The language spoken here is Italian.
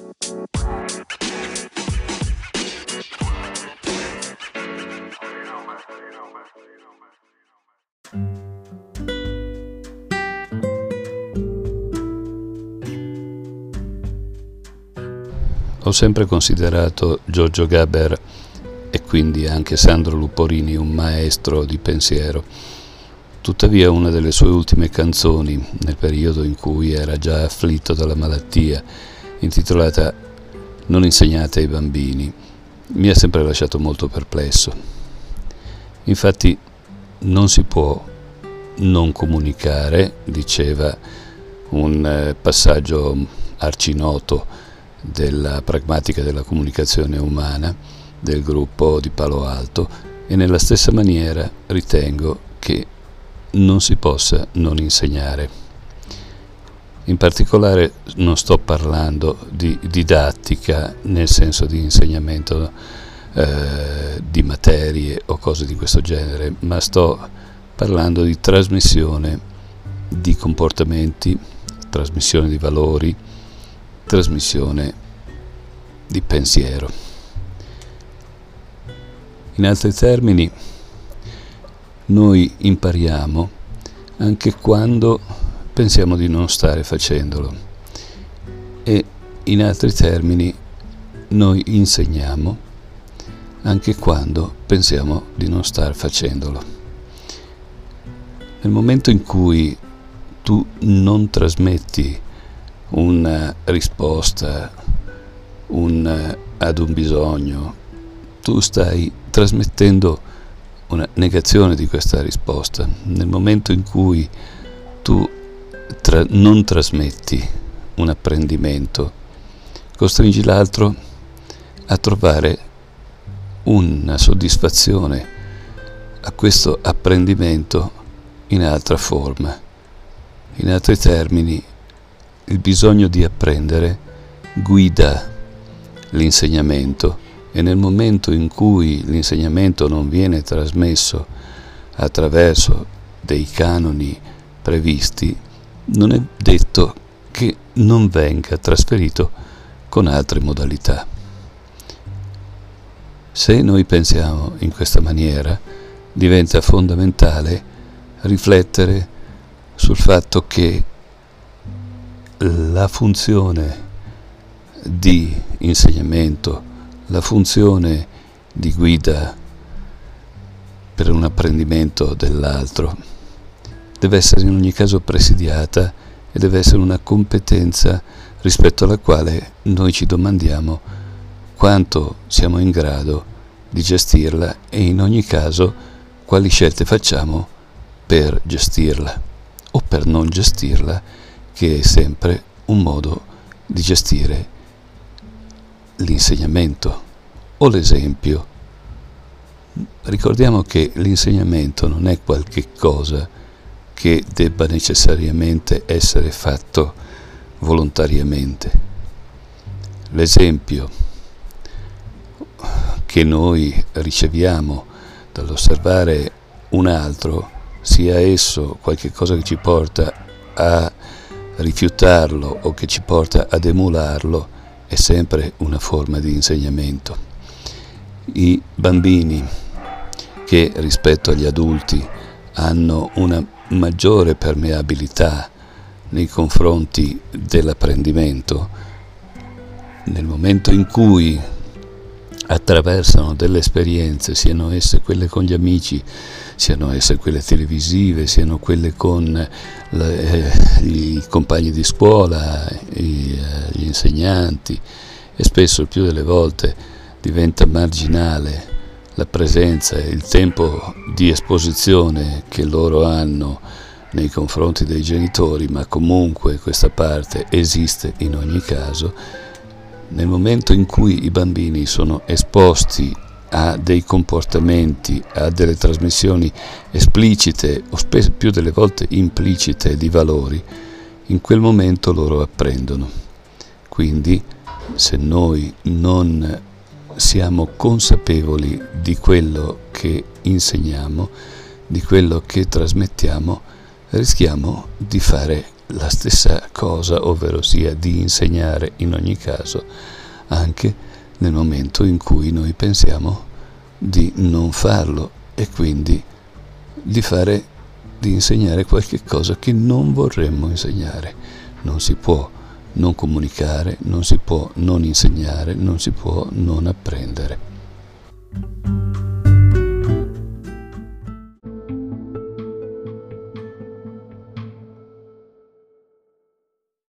Ho sempre considerato Giorgio Gaber e quindi anche Sandro Luporini un maestro di pensiero. Tuttavia una delle sue ultime canzoni, nel periodo in cui era già afflitto dalla malattia, intitolata "Non insegnate ai bambini", mi ha sempre lasciato molto perplesso. Infatti non si può non comunicare, diceva un passaggio arcinoto della pragmatica della comunicazione umana del gruppo di Palo Alto, e nella stessa maniera ritengo che non si possa non insegnare. In particolare non sto parlando di didattica nel senso di insegnamento di materie o cose di questo genere, ma sto parlando di trasmissione di comportamenti, trasmissione di valori, trasmissione di pensiero. In altri termini, noi impariamo anche quando pensiamo di non stare facendolo, e in altri termini noi insegniamo anche quando pensiamo di non star facendolo. Nel momento in cui tu non trasmetti una risposta ad un bisogno, tu stai trasmettendo una negazione di questa risposta. Nel momento in cui tu non trasmetti un apprendimento, costringi l'altro a trovare una soddisfazione a questo apprendimento in altra forma. In altri termini, il bisogno di apprendere guida l'insegnamento, e nel momento in cui l'insegnamento non viene trasmesso attraverso dei canoni previsti, non è detto che non venga trasferito con altre modalità. Se noi pensiamo in questa maniera, diventa fondamentale riflettere sul fatto che la funzione di insegnamento, la funzione di guida per un apprendimento dell'altro deve essere in ogni caso presidiata, e deve essere una competenza rispetto alla quale noi ci domandiamo quanto siamo in grado di gestirla, e in ogni caso quali scelte facciamo per gestirla o per non gestirla, che è sempre un modo di gestire l'insegnamento o l'esempio. Ricordiamo che l'insegnamento non è qualche cosa che debba necessariamente essere fatto volontariamente. L'esempio che noi riceviamo dall'osservare un altro, sia esso qualche cosa che ci porta a rifiutarlo o che ci porta ad emularlo, è sempre una forma di insegnamento. I bambini, che rispetto agli adulti hanno una maggiore permeabilità nei confronti dell'apprendimento, nel momento in cui attraversano delle esperienze, siano esse quelle con gli amici, siano esse quelle televisive, siano quelle con i compagni di scuola, gli insegnanti, e spesso il più delle volte diventa marginale la presenza e il tempo di esposizione che loro hanno nei confronti dei genitori, ma comunque questa parte esiste in ogni caso. Nel momento in cui i bambini sono esposti a dei comportamenti, a delle trasmissioni esplicite o spesso più delle volte implicite di valori, in quel momento loro apprendono. Quindi, se noi non siamo consapevoli di quello che insegniamo, di quello che trasmettiamo, rischiamo di fare la stessa cosa, ovvero sia di insegnare in ogni caso, anche nel momento in cui noi pensiamo di non farlo e quindi di insegnare qualche cosa che non vorremmo insegnare. Non si può non comunicare, non si può non insegnare, non si può non apprendere.